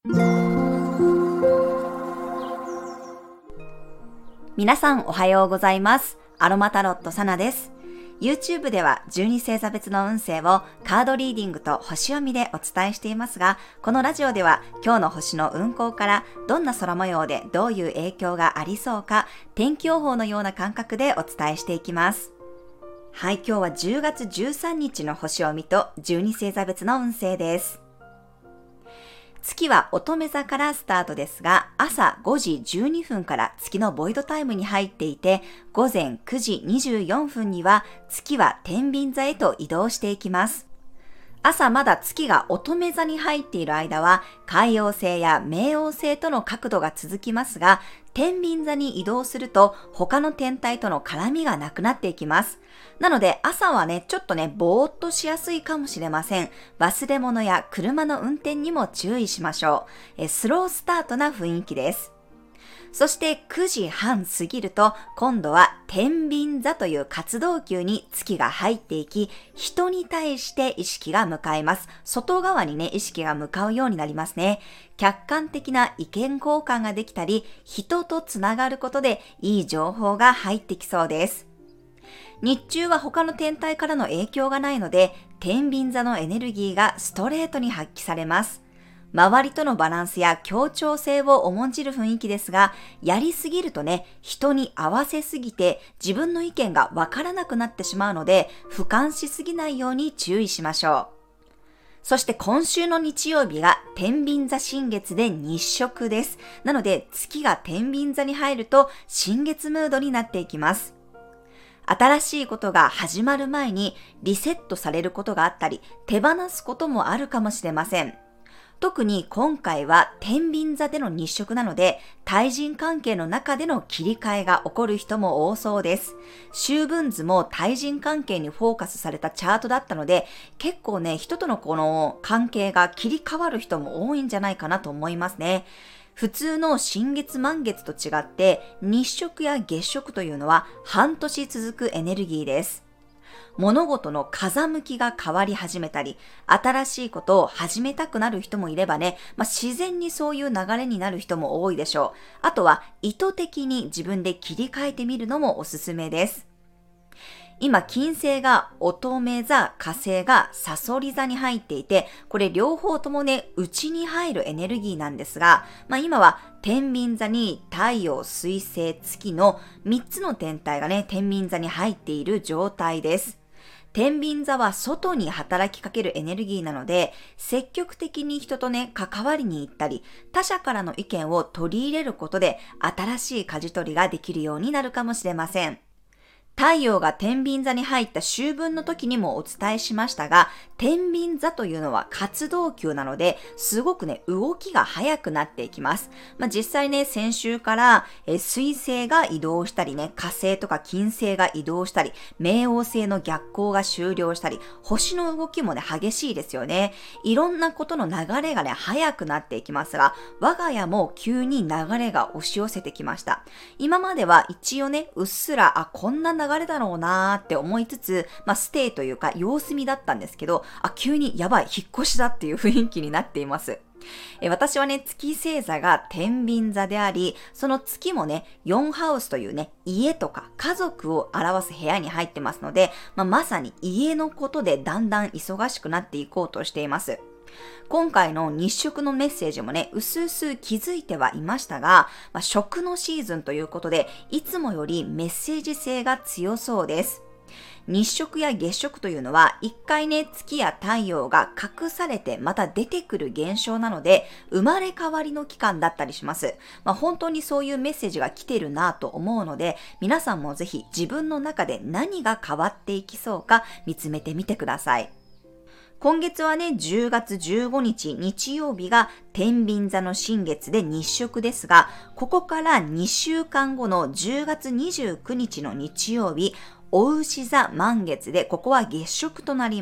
皆さんおはようございます。アロマタロットサナです。YouTube では12星座別の運勢をカードリーディングと星読みでお伝えしていますが、このラジオでは今日の星の運行からどんな空模様でどういう影響がありそうか、天気予報のような感覚でお伝えしていきます。はい、今日は10月13日の星読みと12星座別の運勢です。月は乙女座からスタートですが、朝5時12分から月のボイドタイムに入っていて、午前9時24分には月は天秤座へと移動していきます。朝まだ月が乙女座に入っている間は、海王星や冥王星との角度が続きますが、天秤座に移動すると他の天体との絡みがなくなっていきます。なので朝はちょっとぼーっとしやすいかもしれません。忘れ物や車の運転にも注意しましょう。スロースタートな雰囲気です。そして9時半過ぎると今度は天秤座という活動球に月が入っていき、人に対して意識が向かいます。外側に意識が向かうようになりますね。客観的な意見交換ができたり、人とつながることでいい情報が入ってきそうです。日中は他の天体からの影響がないので、天秤座のエネルギーがストレートに発揮されます。周りとのバランスや協調性を重んじる雰囲気ですが、やりすぎると人に合わせすぎて自分の意見がわからなくなってしまうので、俯瞰しすぎないように注意しましょう。そして今週の日曜日が天秤座新月で日食です。なので月が天秤座に入ると新月ムードになっていきます。新しいことが始まる前にリセットされることがあったり、手放すこともあるかもしれません。特に今回は天秤座での日食なので、対人関係の中での切り替えが起こる人も多そうです。秋分図も対人関係にフォーカスされたチャートだったので、結構人とのこの関係が切り替わる人も多いんじゃないかなと思いますね。普通の新月満月と違って、日食や月食というのは半年続くエネルギーです。物事の風向きが変わり始めたり、新しいことを始めたくなる人もいれば自然にそういう流れになる人も多いでしょう。あとは意図的に自分で切り替えてみるのもおすすめです。今、金星が乙女座、火星が蠍座に入っていて、これ両方とも内に入るエネルギーなんですが、今は天秤座に太陽、水星、月の3つの天体が天秤座に入っている状態です。天秤座は外に働きかけるエネルギーなので、積極的に人と関わりに行ったり、他者からの意見を取り入れることで新しい舵取りができるようになるかもしれません。太陽が天秤座に入った秋分の時にもお伝えしましたが、天秤座というのは活動球なので、すごく動きが速くなっていきます。実際先週から水星が移動したり火星とか金星が移動したり、冥王星の逆行が終了したり、星の動きも激しいですよね。いろんなことの流れが速くなっていきますが、我が家も急に流れが押し寄せてきました。今までは一応うっすら、こんな流れだろうなーって思いつつ、ステイというか様子見だったんですけど、急にやばい、引っ越しだっていう雰囲気になっています。私は月星座が天秤座であり、その月も4ハウスという家とか家族を表す部屋に入ってますので、まさに家のことでだんだん忙しくなっていこうとしています。今回の日食のメッセージもうすうす気づいてはいましたが、食のシーズンということで、いつもよりメッセージ性が強そうです。日食や月食というのは一回月や太陽が隠されてまた出てくる現象なので、生まれ変わりの期間だったりします。本当にそういうメッセージが来てるなと思うので、皆さんもぜひ自分の中で何が変わっていきそうか見つめてみてください。今月は10月15日日曜日が天秤座の新月で日食ですが、ここから2週間後の10月29日の日曜日、牡牛座満月でここは月食となります。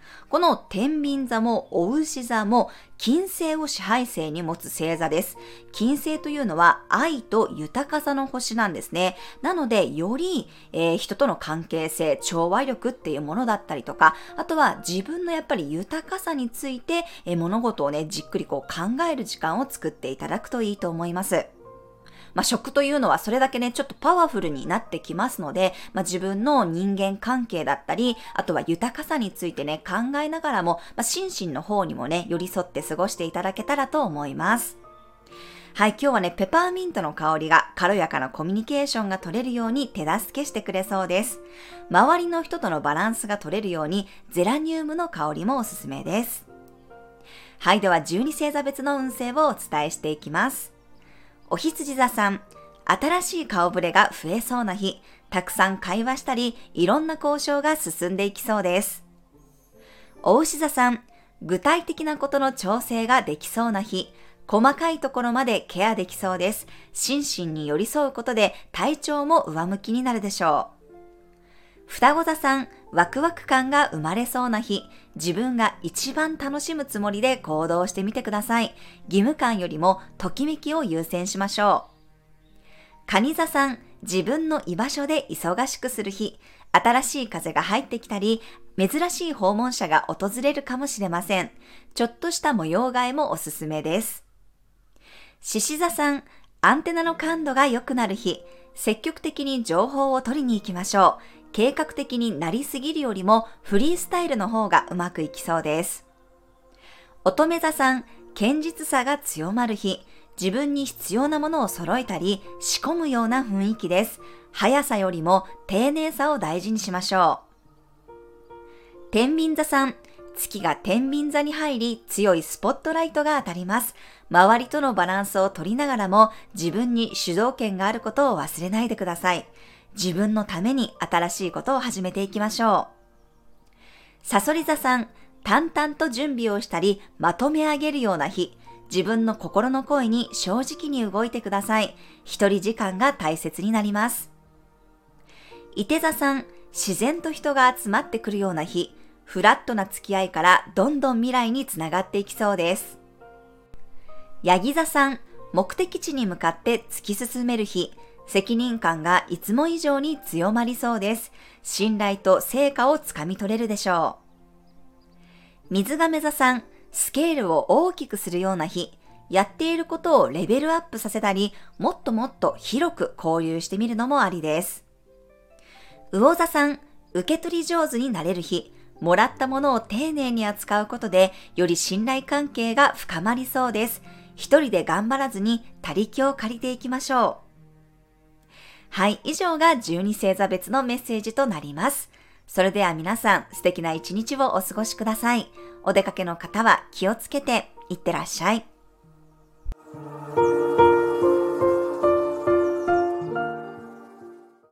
この天秤座もお牛座も金星を支配星に持つ星座です。金星というのは愛と豊かさの星なんですね。なのでより、人との関係性、調和力っていうものだったりとか、あとは自分のやっぱり豊かさについて、物事をねじっくり考える時間を作っていただくといいと思います。食というのはそれだけね、ちょっとパワフルになってきますので、自分の人間関係だったり、あとは豊かさについてね、考えながらも、心身の方にもね、寄り添って過ごしていただけたらと思います。はい、今日はね、ペパーミントの香りが軽やかなコミュニケーションが取れるように手助けしてくれそうです。周りの人とのバランスが取れるように、ゼラニウムの香りもおすすめです。はい、では12星座別の運勢をお伝えしていきます。お羊座さん、新しい顔ぶれが増えそうな日、たくさん会話したり、いろんな交渉が進んでいきそうです。お牛座さん、具体的なことの調整ができそうな日、細かいところまでケアできそうです。心身に寄り添うことで体調も上向きになるでしょう。双子座さん、ワクワク感が生まれそうな日、自分が一番楽しむつもりで行動してみてください。義務感よりもときめきを優先しましょう。蟹座さん、自分の居場所で忙しくする日、新しい風が入ってきたり、珍しい訪問者が訪れるかもしれません。ちょっとした模様替えもおすすめです。獅子座さん、アンテナの感度が良くなる日、積極的に情報を取りに行きましょう。計画的になりすぎるよりもフリースタイルの方がうまくいきそうです。乙女座さん、堅実さが強まる日、自分に必要なものを揃えたり仕込むような雰囲気です。速さよりも丁寧さを大事にしましょう。天秤座さん、月が天秤座に入り強いスポットライトが当たります。周りとのバランスを取りながらも自分に主導権があることを忘れないでください。自分のために新しいことを始めていきましょう。さそり座さん、淡々と準備をしたりまとめ上げるような日、自分の心の声に正直に動いてください。一人時間が大切になります。いて座さん、自然と人が集まってくるような日、フラットな付き合いからどんどん未来につながっていきそうです。ヤギ座さん、目的地に向かって突き進める日、責任感がいつも以上に強まりそうです。信頼と成果をつかみ取れるでしょう。水亀座さん、スケールを大きくするような日、やっていることをレベルアップさせたり、もっともっと広く交流してみるのもありです。魚座さん、受け取り上手になれる日、もらったものを丁寧に扱うことで、より信頼関係が深まりそうです。一人で頑張らずに他力を借りていきましょう。はい、以上が12星座別のメッセージとなります。それでは皆さん、素敵な一日をお過ごしください。お出かけの方は気をつけていってらっしゃい。